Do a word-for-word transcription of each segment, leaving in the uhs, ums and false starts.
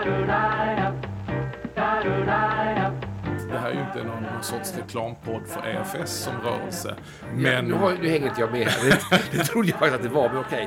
Det här är ju inte någon, någon sorts reklampodd för E F S som rörelse. Men... Ja, nu, har, nu hänger inte jag med här. Det, det trodde jag faktiskt att det var, men okej.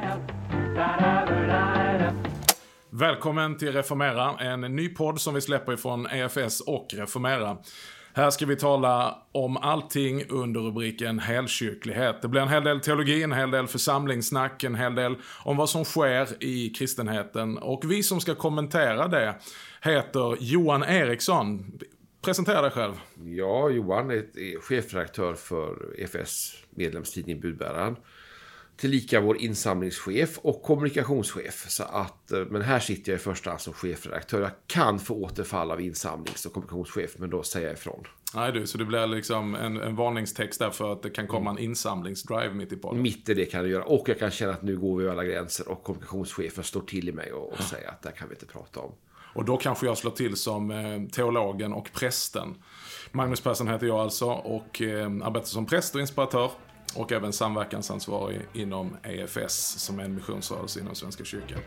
Välkommen till Reformera, en ny podd som vi släpper ifrån E F S och Reformera. Här ska vi tala om allting under rubriken helkyrklighet. Det blir en hel del teologi, en hel del församlingssnack, en hel del om vad som sker i kristenheten. Och vi som ska kommentera det heter Johan Eriksson. Presentera dig själv. Ja, Johan är chefredaktör för E F S, medlemstidning Budbäraren. Tillika vår insamlingschef och kommunikationschef. Så att, men här sitter jag i första hand som chefredaktör. Jag kan få återfall av insamlings- och kommunikationschef, men då säger jag ifrån. Nej du, så det blir liksom en, en varningstext där för att det kan komma en insamlingsdrive mitt i podden. Mitt i det kan det göra. Och jag kan känna att nu går vi alla gränser och kommunikationschefen står till i mig och, och säger att det kan vi inte prata om. Och då kanske jag slår till som eh, teologen och prästen. Magnus Persson heter jag alltså och eh, arbetar som präst och inspiratör. Och även samverkansansvarig inom E F S som är en missionsrörelse inom Svenska kyrkan.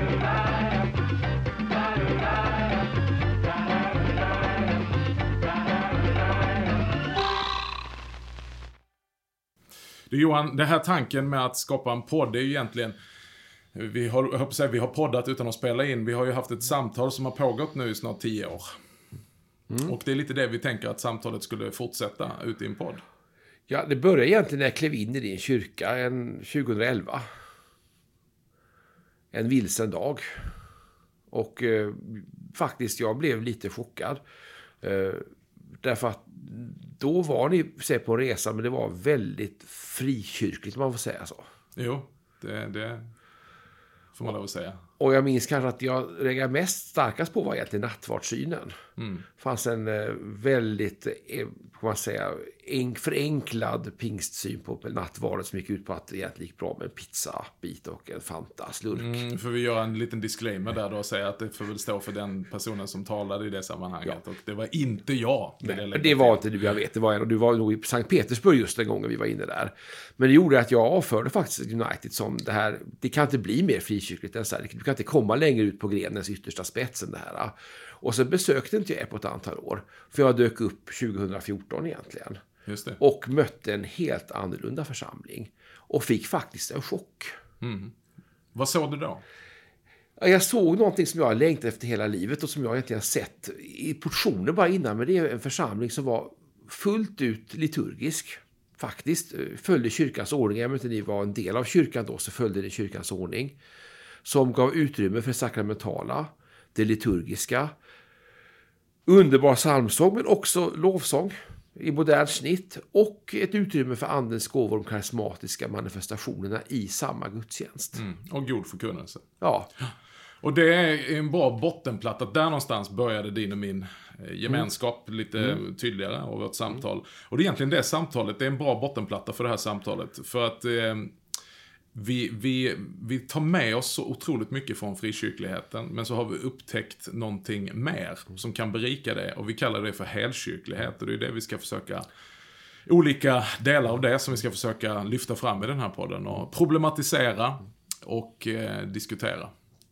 Du Johan, det här tanken med att skapa en podd är ju egentligen... Vi har, jag hoppas att vi har poddat utan att spela in. Vi har ju haft ett samtal som har pågått nu i snart tio år. Mm. Och det är lite det vi tänker att samtalet skulle fortsätta ut i en podd. Ja, det började egentligen när jag klev in i din kyrka en tjugohundraelva. En vilsen dag. Och eh, faktiskt, jag blev lite chockad. Eh, därför att då var ni se på en resa, men det var väldigt frikyrkligt, man får säga så. Jo, det, det får man lov att säga. Och jag minns kanske att jag reagerade mest starkast på var egentligen nattvardssynen. Mm. Det fanns en eh, väldigt, eh, kan man säga, en förenklad pingstsyn på nattvarden som gick ut på att det egentligen gick bra med en pizzabit och en Fanta slurk. Mm, för vi gör en liten disclaimer där då och säga att det får väl stå för den personen som talade i det sammanhanget. Ja. Och det var inte jag. Nej, det, det var inte du, jag vet. Det var en, och du var nog i Sankt Petersburg just den gången vi var inne där. Men det gjorde att jag avförde faktiskt United som det här, det kan inte bli mer frikyrkligt än så här. Du kan inte komma längre ut på grenens yttersta spetsen det här. Och så besökte inte jag er på ett antal år. För jag dök upp tjugohundrafjorton egentligen. Just det. Och mötte en helt annorlunda församling. Och fick faktiskt en chock. Mm. Vad såg du då? Jag såg någonting som jag har längtat efter hela livet. Och som jag egentligen har sett i portioner bara innan. Men det är en församling som var fullt ut liturgisk. Faktiskt följde kyrkans ordning. Även om ni var en del av kyrkan då, så följde det kyrkans ordning. Som gav utrymme för det sakramentala, det liturgiska. Underbar psalmsång, men också lovsång i modern snitt. Och ett utrymme för andens gåvor, de karismatiska manifestationerna i samma gudstjänst. Mm, och god förkunnelse. Ja. Och det är en bra bottenplatta. Där någonstans började din och min gemenskap mm. lite mm. tydligare av vårt samtal. Och det är egentligen det samtalet. Det är en bra bottenplatta för det här samtalet. För att... Eh, Vi, vi, vi tar med oss så otroligt mycket från frikyrkligheten, men så har vi upptäckt någonting mer som kan berika det, och vi kallar det för helkyrklighet, och det är det vi ska försöka, olika delar av det som vi ska försöka lyfta fram i den här podden och problematisera och eh, diskutera.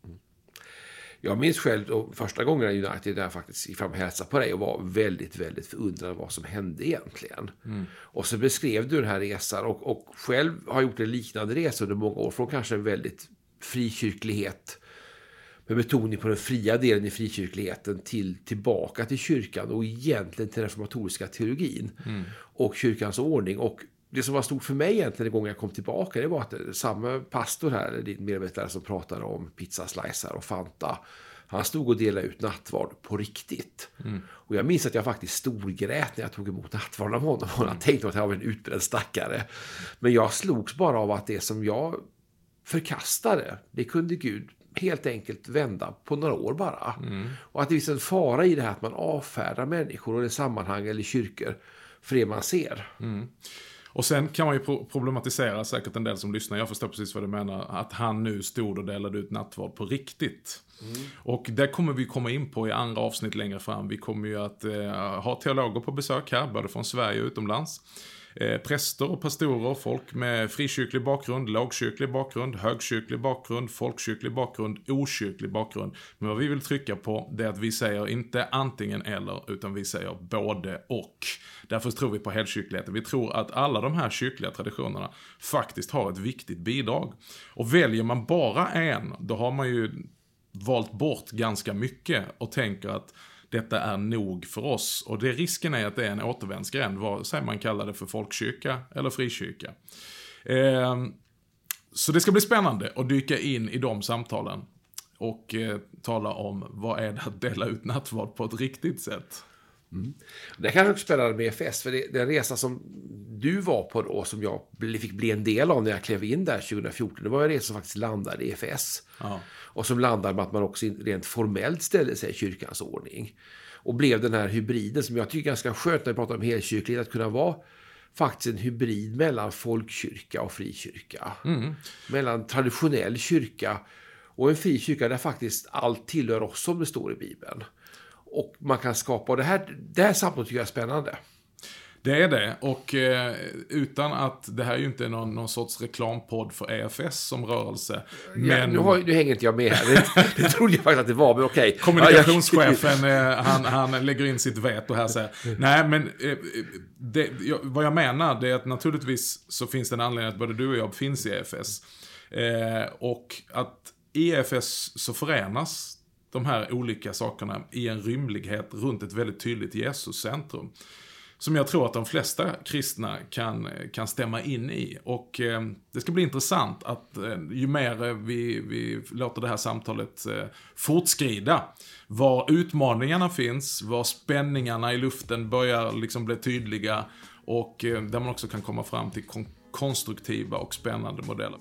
Jag minns själv då, första gången i United där jag faktiskt gick fram och hälsade på dig och var väldigt, väldigt förundrad vad som hände egentligen. Mm. Och så beskrev du den här resan och, och själv har gjort en liknande resa under många år från kanske en väldigt frikyrklighet med betoning på den fria delen i frikyrkligheten till tillbaka till kyrkan och egentligen till den reformatoriska teologin mm. och kyrkans ordning. Och det som var stort för mig egentligen den gången jag kom tillbaka, det var att samma pastor här, eller din medvetare som pratade om pizzaslicer och Fanta, han stod och delade ut nattvard på riktigt. Mm. Och jag minns att jag faktiskt storgrät när jag tog emot nattvard av honom. Och jag tänkte att jag var en utbredd stackare. Men jag slogs bara av att det som jag förkastade, det kunde Gud helt enkelt vända på några år bara. Mm. Och att det finns en fara i det här att man avfärdar människor och i sammanhang eller kyrkor för det man ser. Mm. Och sen kan man ju problematisera, säkert en del som lyssnar, jag förstår precis vad du menar, att han nu stod och delade ut nattvard på riktigt. Mm. Och det kommer vi komma in på i andra avsnitt längre fram. Vi kommer ju att eh, ha teologer på besök här, både från Sverige och utomlands. Eh, präster och pastorer, folk med frikyrklig bakgrund, lågkyrklig bakgrund, högkyrklig bakgrund, folkkyrklig bakgrund, okyrklig bakgrund. Men vad vi vill trycka på det är att vi säger inte antingen eller, utan vi säger både och. Därför tror vi på helkyrkligheten. Vi tror att alla de här kyrkliga traditionerna faktiskt har ett viktigt bidrag. Och väljer man bara en, då har man ju valt bort ganska mycket och tänker att detta är nog för oss. Och det risken är att det är en återvändsgränd, vad säger man kallar det för folkkyrka eller frikyrka. Eh, så det ska bli spännande att dyka in i de samtalen och eh, tala om vad är det att dela ut nattvard på ett riktigt sätt. Mm. Det kan också spännande med E F S, för det, den resa som du var på då, som jag fick bli en del av när jag klev in där tjugo fjorton, det var en resa som faktiskt landade i E F S. Ja. Och som landade med att man också rent formellt ställde sig i kyrkans ordning. Och blev den här hybriden som jag tycker är ganska skönt när vi pratar om helkyrklighet, att kunna vara faktiskt en hybrid mellan folkkyrka och frikyrka. Mm. Mellan traditionell kyrka och en frikyrka där faktiskt allt tillhör oss, som det står i Bibeln. Och man kan skapa, och det här, det här samtidigt tycker jag är spännande. Det är det, och eh, utan att det här är ju inte någon, någon sorts reklampodd för E F S som rörelse. Men... Ja, nu, har, nu hänger inte jag med här, det, det trodde jag faktiskt att det var, men okej. Okay. Kommunikationschefen, eh, han, han lägger in sitt veto här och säger, nej men eh, det, jag, vad jag menar det är att naturligtvis så finns det en anledning att både du och jag finns i E F S. Eh, och att i E F S så förenas de här olika sakerna i en rymlighet runt ett väldigt tydligt Jesuscentrum. Som jag tror att de flesta kristna kan, kan stämma in i. Och eh, det ska bli intressant att eh, ju mer vi, vi låter det här samtalet eh, fortskrida, var utmaningarna finns, var spänningarna i luften börjar liksom bli tydliga och eh, där man också kan komma fram till kon- konstruktiva och spännande modeller.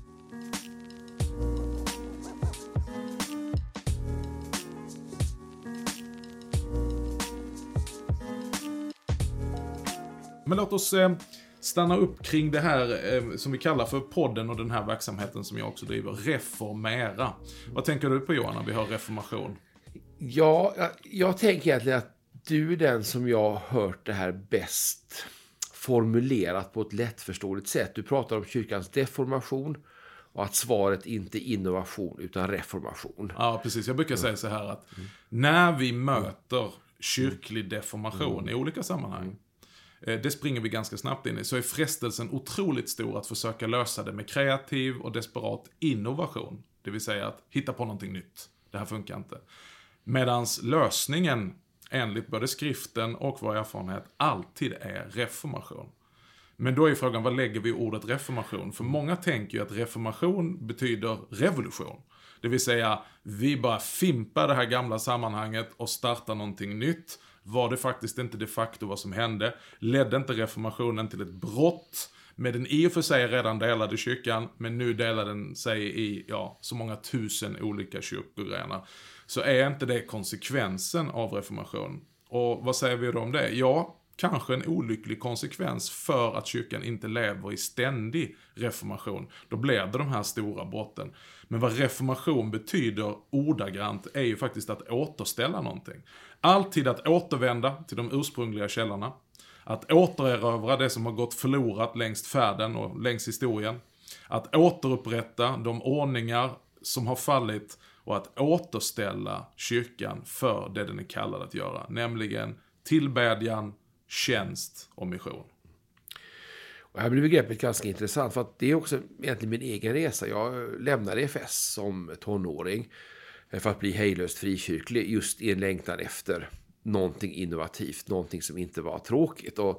Men låt oss eh, stanna upp kring det här eh, som vi kallar för podden och den här verksamheten som jag också driver, Reformera. Vad tänker du på, Johan, när vi har reformation? Ja, jag, jag tänker egentligen att du är den som jag har hört det här bäst formulerat på ett lättförståeligt sätt. Du pratar om kyrkans deformation och att svaret inte är innovation utan reformation. Ja, precis. Jag brukar säga så här att mm. när vi möter kyrklig deformation mm. i olika sammanhang, det springer vi ganska snabbt in i, så är frestelsen otroligt stor att försöka lösa det med kreativ och desperat innovation. Det vill säga att hitta på någonting nytt. Det här funkar inte. Medans lösningen, enligt både skriften och vår erfarenhet, alltid är reformation. Men då är frågan, vad lägger vi i ordet reformation? För många tänker ju att reformation betyder revolution. Det vill säga, vi bara fimpar det här gamla sammanhanget och startar någonting nytt. Var det faktiskt inte de facto vad som hände? Ledde inte reformationen till ett brott med den i och för sig redan delade kyrkan, men nu delar den sig i ja, så många tusen olika kyrkogrenar. Så är inte det konsekvensen av reformation? Och vad säger vi då om det? Ja, kanske en olycklig konsekvens för att kyrkan inte lever i ständig reformation. Då blir det de här stora brotten. Men vad reformation betyder ordagrant är ju faktiskt att återställa någonting. Alltid att återvända till de ursprungliga källorna. Att återerövra det som har gått förlorat längs färden och längs historien. Att återupprätta de ordningar som har fallit och att återställa kyrkan för det den är kallad att göra. Nämligen tillbedjan, tjänst och mission. Och här blir begreppet ganska intressant, för att det är också egentligen min egen resa. Jag lämnade E F S som tonåring för att bli hejlöst frikyrklig, just i en längtan efter någonting innovativt, någonting som inte var tråkigt. Och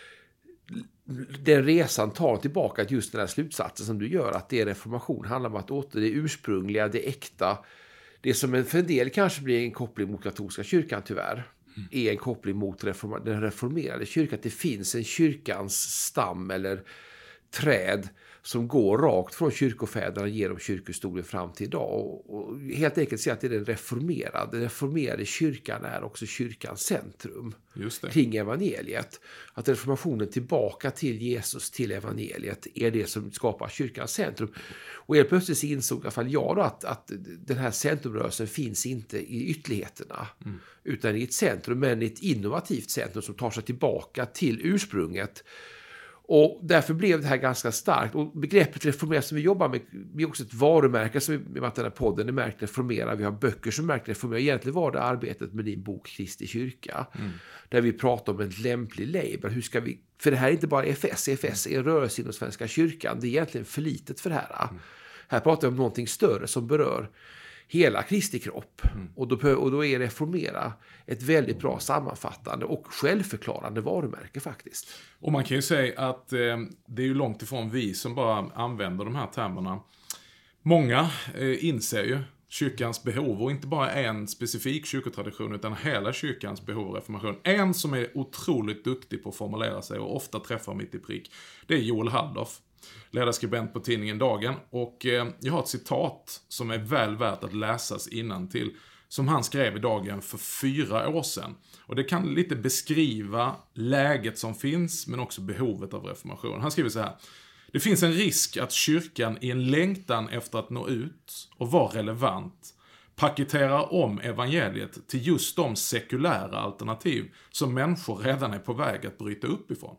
den resan tar tillbaka till just den här slutsatsen som du gör, att det är reformation, handlar om att åter det ursprungliga, det äkta, det som för en del kanske blir en koppling mot katolska kyrkan tyvärr, mm. är en koppling mot reform- den reformerade kyrkan. Det finns en kyrkans stam eller träd som går rakt från kyrkofäderna genom kyrkohistorien fram till idag. Och, och helt enkelt säga att det är den reformerade. Den reformerade kyrkan är också kyrkans centrum. Just det. Kring evangeliet. Att reformationen tillbaka till Jesus, till evangeliet, är det som skapar kyrkans centrum. Och helt plötsligt insåg i alla fall jag då att, att den här centrumrörelsen finns inte i ytterligheterna. Mm. Utan i ett centrum, men i ett innovativt centrum som tar sig tillbaka till ursprunget. Och därför blev det här ganska starkt. Och begreppet reformera som vi jobbar med, vi är också ett varumärke som vi med att den här podden är märkt reformera. Vi har böcker som märkt reformera. Egentligen var det arbetet med din bok Kristi kyrka. Mm. Där vi pratar om en lämplig label. Hur ska vi, för det här är inte bara F S. F S är en rörelse inom Svenska kyrkan. Det är egentligen för litet för det här. Mm. Här pratar vi om någonting större som berör hela Kristi kropp. Mm. Och, då, och då är reformera ett väldigt bra sammanfattande och självförklarande varumärke faktiskt. Och man kan ju säga att eh, det är ju långt ifrån vi som bara använder de här termerna. Många eh, inser ju kyrkans behov, och inte bara en specifik kyrkotradition utan hela kyrkans behov av reformation. En som är otroligt duktig på att formulera sig och ofta träffar mitt i prick, det är Joel Halldorf, ledarskribent på tidningen Dagen. Och eh, jag har ett citat som är väl värt att läsas innantill, som han skrev i Dagen för fyra år sedan. Och det kan lite beskriva läget som finns, men också behovet av reformation. Han skriver så här: det finns en risk att kyrkan i en längtan efter att nå ut och vara relevant paketerar om evangeliet till just de sekulära alternativ som människor redan är på väg att bryta upp ifrån.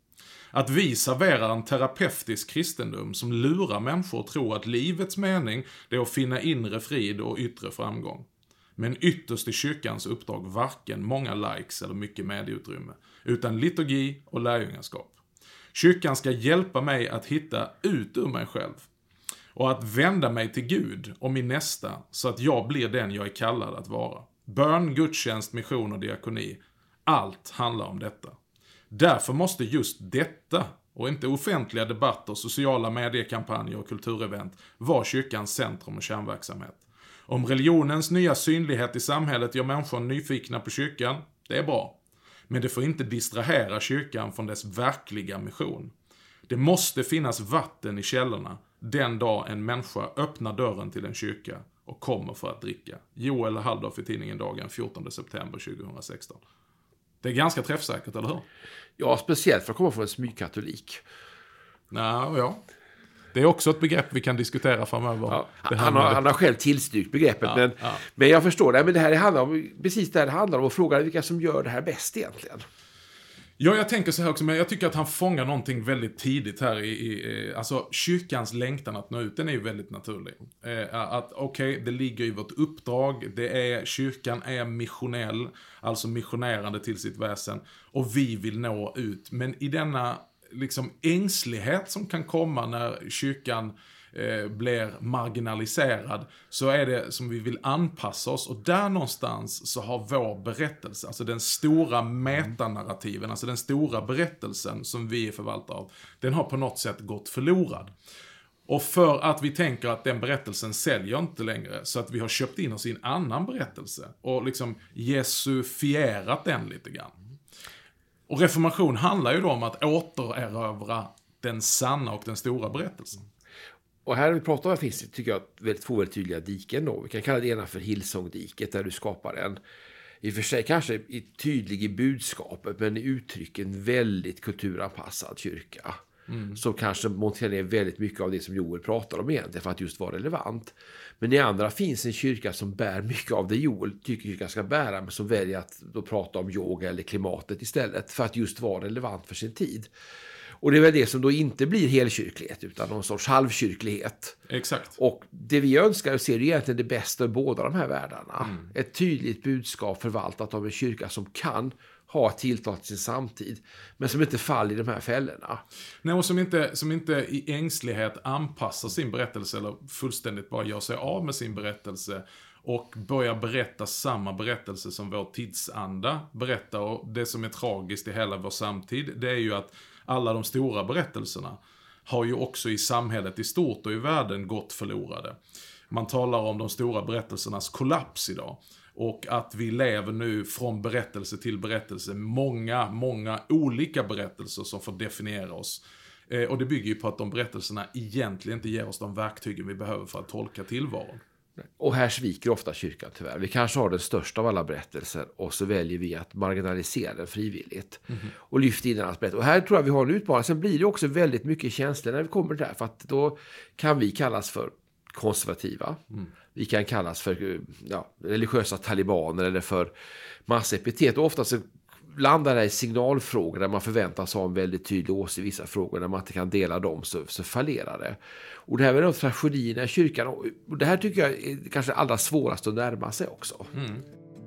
Att vi serverar en terapeutisk kristendom som lurar människor att tro att livets mening är att finna inre frid och yttre framgång. Men ytterst är kyrkans uppdrag varken många likes eller mycket medieutrymme, utan liturgi och lärjungaskap. Kyrkan ska hjälpa mig att hitta ut ur mig själv och att vända mig till Gud och min nästa så att jag blir den jag är kallad att vara. Bön, gudstjänst, mission och diakoni. Allt handlar om detta. Därför måste just detta, och inte offentliga debatter, sociala mediekampanjer och kulturevent, vara kyrkans centrum och kärnverksamhet. Om religionens nya synlighet i samhället gör människor nyfikna på kyrkan, det är bra. Men det får inte distrahera kyrkan från dess verkliga mission. Det måste finnas vatten i källorna den dag en människa öppnar dörren till en kyrka och kommer för att dricka. Joel Halldorf i tidningen Dagen fjortonde september tjugohundrasexton. Det är ganska träffsäkert, eller hur? Ja, speciellt för att komma från en smygkatolik. Nej, ja. Det är också ett begrepp vi kan diskutera framöver. Ja, han, har, han har själv tillstyrkt begreppet. Ja, men, ja. men jag förstår det. Men det här handlar om, precis det här handlar om att fråga vilka som gör det här bäst egentligen. Ja, jag tänker så här också, men jag tycker att han fångar någonting väldigt tidigt här i, i alltså kyrkans längtan att nå ut, den är ju väldigt naturlig. Eh, att okej, okay, det ligger i vårt uppdrag, det är, kyrkan är missionell, alltså missionerande till sitt väsen, och vi vill nå ut. Men i denna liksom ängslighet som kan komma när kyrkan eh, blir marginaliserad, så är det som vi vill anpassa oss, och där någonstans så har vår berättelse, alltså den stora metanarrativen, alltså den stora berättelsen som vi är förvaltare av, den har på något sätt gått förlorad. Och för att vi tänker att den berättelsen säljer inte längre, så att vi har köpt in oss i en annan berättelse och liksom jesufierat den lite grann. Och reformation handlar ju då om att återerövra den sanna och den stora berättelsen. Och här vi pratar om finns det, tycker jag, väldigt, två väldigt tydliga diken då. Vi kan kalla det ena för Hillsong-diket, där du skapar en, i och för sig kanske tydlig i budskapet, men i uttryck en väldigt kulturanpassad kyrka. Mm. Som kanske monterar ner väldigt mycket av det som Joel pratar om egentligen för att just vara relevant. Men i andra finns en kyrka som bär mycket av det Joel tycker kyrkan ska bära, men som väljer att då prata om yoga eller klimatet istället för att just vara relevant för sin tid. Och det är väl det som då inte blir helkyrklighet utan någon sorts halvkyrklighet. Exakt. Och det vi önskar ser egentligen det bästa av båda de här världarna. Mm. Ett tydligt budskap förvaltat av en kyrka som kan ha tilltal till sin samtid, men som inte faller i de här fällorna. Nej, och som inte, som inte i ängslighet anpassar sin berättelse eller fullständigt bara gör sig av med sin berättelse och börjar berätta samma berättelse som vår tidsanda berättar. Och det som är tragiskt i hela vår samtid, det är ju att alla de stora berättelserna har ju också i samhället i stort och i världen gått förlorade. Man talar om de stora berättelsernas kollaps idag. Och att vi lever nu från berättelse till berättelse. Många, många olika berättelser som får definiera oss. Eh, och det bygger ju på att de berättelserna egentligen inte ger oss de verktygen vi behöver för att tolka tillvaron. Och här sviker ofta kyrkan tyvärr. Vi kanske har den största av alla berättelser och så väljer vi att marginalisera den frivilligt. Mm-hmm. Och lyfta in den berättelse. Och här tror jag vi har en utmaning. Sen blir det också väldigt mycket känslor när vi kommer där. För att då kan vi kallas för konservativa. Mm. Vi kan kallas för ja, religiösa talibaner eller för massepitet. Och ofta så landar det i signalfrågor där man förväntas ha en väldigt tydlig åsikt i vissa frågor. När man inte kan dela dem så, så fallerar det. Och det här är de tragedierna i kyrkan. Och det här tycker jag är kanske allra svårast att närma sig också. Mm.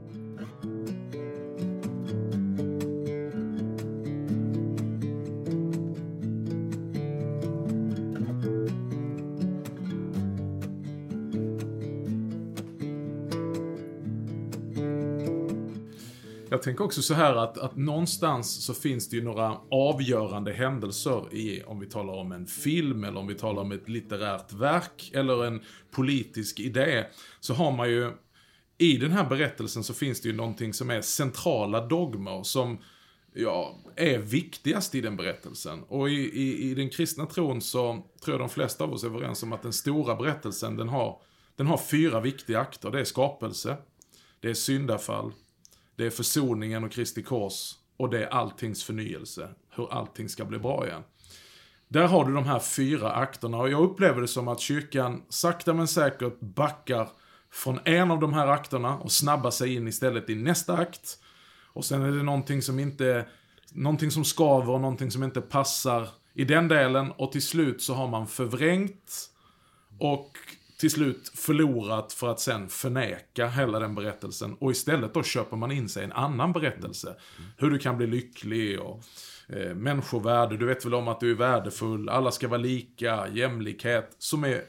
Jag tänker också så här att, att någonstans så finns det ju några avgörande händelser i, om vi talar om en film eller om vi talar om ett litterärt verk eller en politisk idé, så har man ju i den här berättelsen så finns det ju någonting som är centrala dogmer som ja, är viktigast i den berättelsen. Och i, i, i den kristna tron så tror jag de flesta av oss är överens om att den stora berättelsen den har, den har fyra viktiga akter. Det är skapelse, det är syndafall, det är försoningen och Kristi kors och det är alltings förnyelse. Hur allting ska bli bra igen. Där har du de här fyra akterna och jag upplever det som att kyrkan sakta men säkert backar från en av de här akterna och snabbar sig in istället i nästa akt. Och sen är det någonting som inte, någonting som skaver och någonting som inte passar i den delen och till slut så har man förvrängt och till slut förlorat för att sen förneka hela den berättelsen. Och istället då köper man in sig en annan berättelse. Hur du kan bli lycklig och eh, människovärde. Du vet väl om att du är värdefull. Alla ska vara lika. Jämlikhet. Som är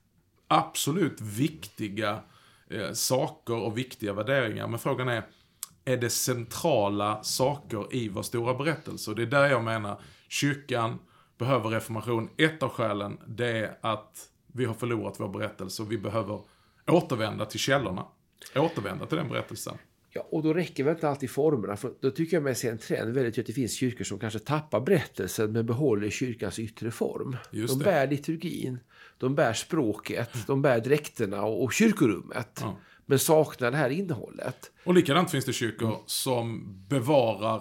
absolut viktiga eh, saker och viktiga värderingar. Men frågan är, är det centrala saker i vår stora berättelse? Och det är där jag menar, kyrkan behöver reformation. Ett av skälen, det är att vi har förlorat vår berättelse och vi behöver återvända till källorna. Återvända till den berättelsen. Ja, och då räcker väl inte alltid formerna. För då tycker jag mig se en trend väldigt att det finns kyrkor som kanske tappar berättelsen men behåller kyrkans yttre form. Just de det. bär liturgin, de bär språket, de bär dräkterna och, och kyrkorummet. Ja. Men saknar det här innehållet. Och likadant finns det kyrkor mm. som bevarar,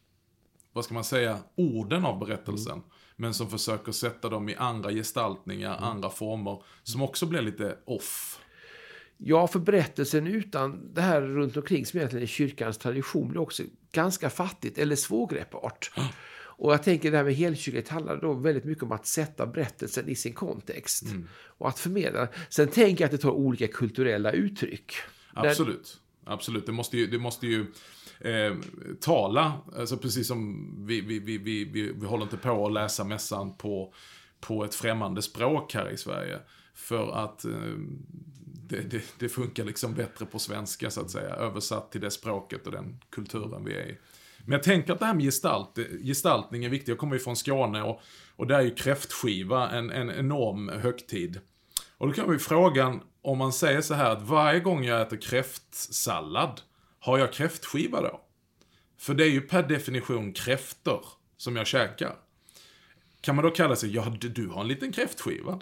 vad ska man säga, orden av berättelsen. Mm. Men som försöker sätta dem i andra gestaltningar, mm. andra former. Som också blir lite off. Ja, för berättelsen utan det här runt omkring som egentligen är kyrkans tradition blir också ganska fattigt eller svårgreppbart. Mm. Och jag tänker det här med helkyrklighet handlar då väldigt mycket om att sätta berättelsen i sin kontext. Mm. Och att förmedla. Sen tänker jag att det tar olika kulturella uttryck. Absolut. Där... Absolut. Det måste ju... Det måste ju... Eh, tala, alltså precis som vi, vi, vi, vi, vi, vi håller inte på att läsa mässan på, på ett främmande språk här i Sverige för att eh, det, det, det funkar liksom bättre på svenska så att säga, översatt till det språket och den kulturen vi är i. Men jag tänker att det här med gestalt, gestaltning är viktigt. Jag kommer ju från Skåne och, och där är ju kräftskiva en, en enorm högtid. Och då kan vi frågan, om man säger så här att varje gång jag äter kräftsallad har jag kräftskiva då? För det är ju per definition kräftor som jag käkar. Kan man då kalla sig, ja du har en liten kräftskiva.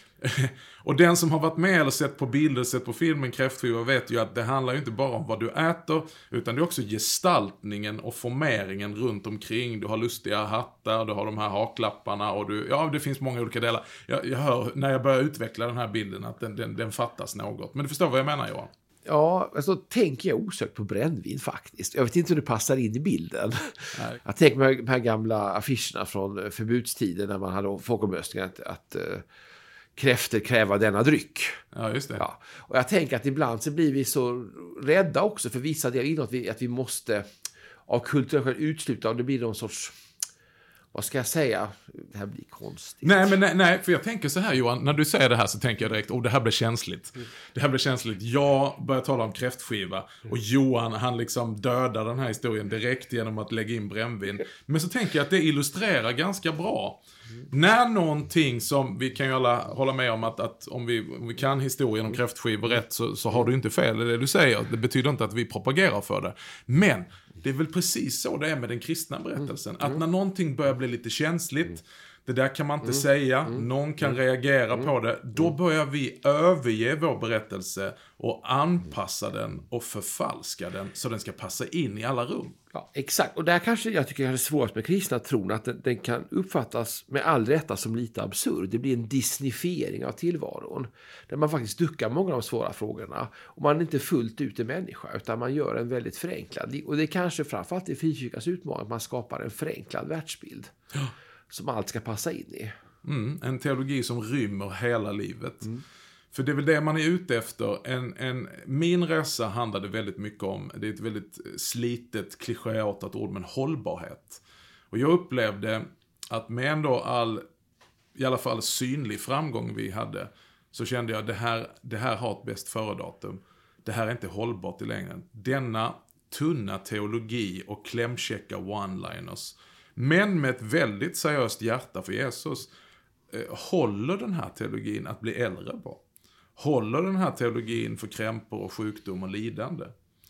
Och den som har varit med eller sett på bilder, sett på filmen kräftskiva vet ju att det handlar ju inte bara om vad du äter utan det är också gestaltningen och formeringen runt omkring. Du har lustiga hattar, du har de här haklapparna och du, ja det finns många olika delar. Jag, jag hör när jag börjar utveckla den här bilden att den, den, den fattas något. Men du förstår vad jag menar, Johan? Ja, alltså tänker jag osökt på brännvin faktiskt. Jag vet inte hur det passar in i bilden. Nej. Jag tänker på de här gamla affischerna från förbudstiden när man hade folkomröstningar att, att uh, kräfter kräva denna dryck. Ja, just det. Ja. Och jag tänker att ibland så blir vi så rädda också för vissa delar inåt vi, att vi måste av kulturella skäl utsluta och det blir någon sorts, vad ska jag säga? Det här blir konstigt. Nej, men nej, nej, för jag tänker så här Johan, när du säger det här så tänker jag direkt, oh det här blir känsligt. Mm. Det här blir känsligt. Jag börjar tala om kräftskiva mm. och Johan han liksom dödar den här historien direkt genom att lägga in brännvin. Mm. Men så tänker jag att det illustrerar ganska bra. Mm. När någonting som, vi kan ju alla hålla med om att, att om, vi, om vi kan historien om kräftskivor rätt så, så har du inte fel i det du säger. Det betyder inte att vi propagerar för det. Men det är väl precis så det är med den kristna berättelsen. Mm. Att när någonting börjar bli lite känsligt, det där kan man inte Mm. säga, Mm. någon kan Mm. reagera Mm. på det. Då börjar vi överge vår berättelse och anpassa den och förfalska den så den ska passa in i alla rum. Ja, exakt. Och där kanske jag tycker det är svårast med kristna tron, att den, den kan uppfattas med all rätta som lite absurd. Det blir en disnifiering av tillvaron, där man faktiskt duckar många av de svåra frågorna. Och man är inte fullt ut en människa, utan man gör en väldigt förenklad. Och det är kanske framförallt i frikyrkans utmaning att man skapar en förenklad världsbild. Ja. Som allt ska passa in i. Mm, en teologi som rymmer hela livet. Mm. För det är väl det man är ute efter. En, en, min resa handlade väldigt mycket om, det är ett väldigt slitet, klichéartat ord, men hållbarhet. Och jag upplevde att med ändå all, i alla fall synlig framgång vi hade, så kände jag att det här, det här har ett bäst före-datum. Det här är inte hållbart i längden. Denna tunna teologi och klämkäcka one-liners, men med ett väldigt seriöst hjärta för Jesus, eh, håller den här teologin att bli äldre på? Håller den här teologin för krämpor och sjukdom och lidande?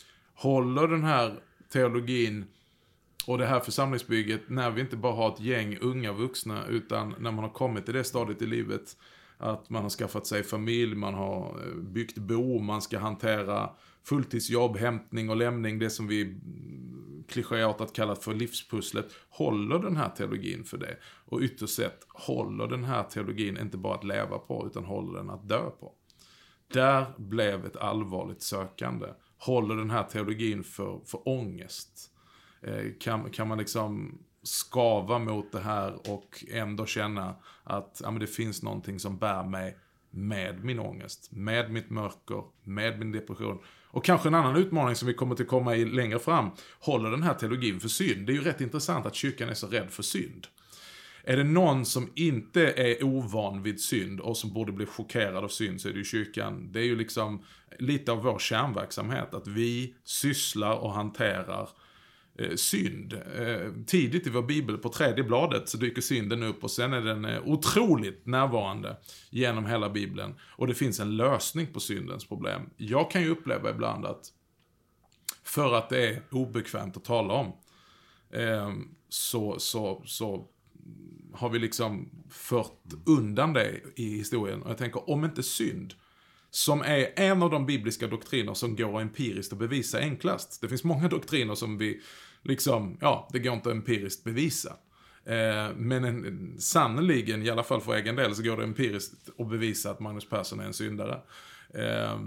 Håller den här teologin och det här församlingsbygget när vi inte bara har ett gäng unga vuxna, utan när man har kommit till det stadiet i livet att man har skaffat sig familj, man har byggt bo, man ska hantera fulltidsjobb, hämtning och lämning, det som vi klichéartat kallat för livspusslet. Håller den här teologin för det? Och ytterst sett, håller den här teologin inte bara att leva på, utan håller den att dö på? Där blev ett allvarligt sökande. Håller den här teologin för, för ångest? Eh, kan, kan man liksom skava mot det här och ändå känna att ja, men det finns någonting som bär mig med min ångest, med mitt mörker, med min depression. Och kanske en annan utmaning som vi kommer till komma i längre fram. Håller den här teologin för synd? Det är ju rätt intressant att kyrkan är så rädd för synd. Är det någon som inte är ovan vid synd och som borde bli chockerad av synd, så är det ju kyrkan. Det är ju liksom lite av vår kärnverksamhet att vi sysslar och hanterar eh, synd. Eh, tidigt i vår bibel, på tredje bladet, så dyker synden upp och sen är den eh, otroligt närvarande genom hela bibeln. Och det finns en lösning på syndens problem. Jag kan ju uppleva ibland att för att det är obekvämt att tala om eh, så, så, så har vi liksom fört undan det i historien. Och jag tänker, om inte synd, som är en av de bibliska doktriner som går empiriskt att bevisa enklast. Det finns många doktriner som vi liksom, ja, det går inte empiriskt bevisa. Eh, men en, sannoliken, i alla fall för egen del, så går det empiriskt att bevisa att Magnus Persson är en syndare. Eh,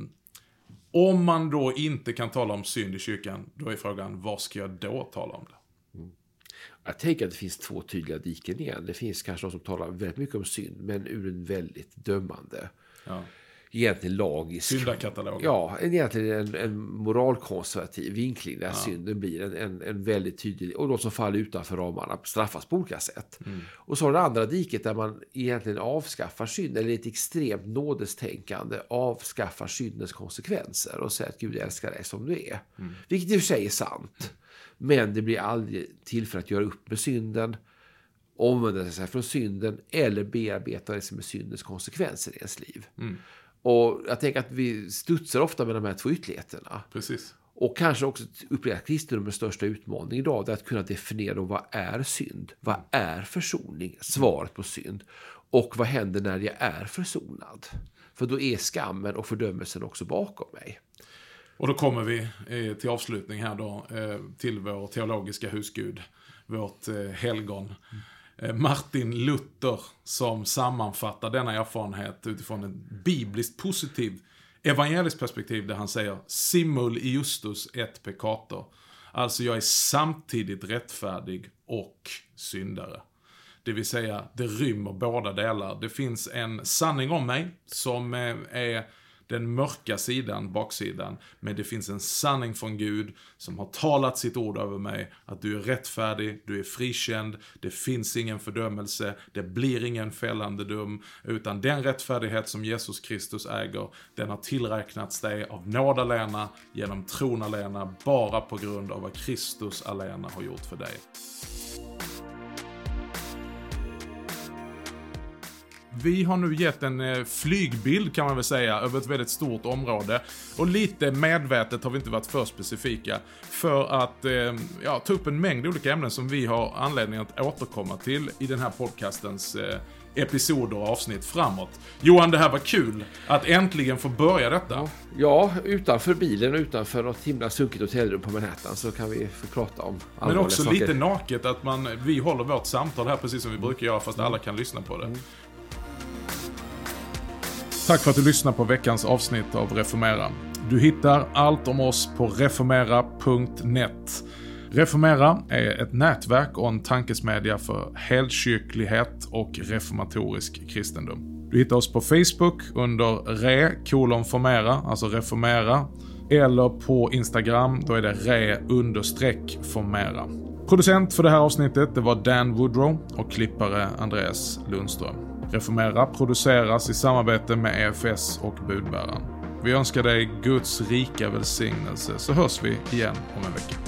om man då inte kan tala om synd i kyrkan, då är frågan, vad ska jag då tala om det? Mm. Jag tänker att det finns två tydliga diken igen. Det finns kanske någon som talar väldigt mycket om synd, men ur en väldigt dömande, ja. egentligen lagisk. Syndakatalog. Ja, egentligen en, en moralkonservativ vinkling där ja. synden blir en, en, en väldigt tydlig, och de som faller utanför ramarna straffas på olika sätt. Mm. Och så har det andra diket där man egentligen avskaffar synd, eller ett extremt nådestänkande avskaffar syndens konsekvenser och säger att Gud älskar dig som du är. Mm. Vilket i och för sig är sant. Men det blir aldrig till för att göra upp med synden, omvända sig från synden eller bearbeta det som är syndens konsekvenser i ens liv. Mm. Och jag tänker att vi studsar ofta med de här två ytterligheterna. Precis. Och kanske också uppleva att kristendomens största utmaning idag är att kunna definiera vad är synd? Vad är försoning? Svaret på synd. Och vad händer när jag är försonad? För då är skammen och fördömelsen också bakom mig. Och då kommer vi eh, till avslutning här då, eh, till vår teologiska husgud, vårt eh, helgon. Eh, Martin Luther, som sammanfattar denna erfarenhet utifrån en bibliskt positiv evangeliskt perspektiv, där han säger simul iustus et peccator. Alltså jag är samtidigt rättfärdig och syndare. Det vill säga, det rymmer båda delar. Det finns en sanning om mig som eh, är den mörka sidan, baksidan. Men det finns en sanning från Gud som har talat sitt ord över mig. Att du är rättfärdig, du är frikänd. Det finns ingen fördömelse. Det blir ingen fällande dom. Utan den rättfärdighet som Jesus Kristus äger, den har tillräknats dig av nåd alena, genom tron alena, bara på grund av vad Kristus alena har gjort för dig. Vi har nu gett en flygbild kan man väl säga över ett väldigt stort område. Och lite medvetet har vi inte varit för specifika. För att ja, ta upp en mängd olika ämnen som vi har anledning att återkomma till i den här podcastens episoder och avsnitt framåt. Johan, det här var kul att äntligen få börja detta. Ja, utanför bilen och utanför något himla sunkigt hotellrum på Manhattan så kan vi få prata om men också saker. Lite naket att man, vi håller vårt samtal här precis som vi brukar göra fast alla kan lyssna på det. Mm. Tack för att du lyssnar på veckans avsnitt av Reformera. Du hittar allt om oss på reformera punkt net. Reformera är ett nätverk och en tankesmedja för helkyrklighet och reformatorisk kristendom. Du hittar oss på Facebook under re kolon formera, alltså reformera, eller på Instagram, då är det re understreck formera. Producent för det här avsnittet, det var Dan Woodrow och klippare Andreas Lundström. Reformera produceras i samarbete med E F S och Budbäraren. Vi önskar dig Guds rika välsignelse, så hörs vi igen om en vecka.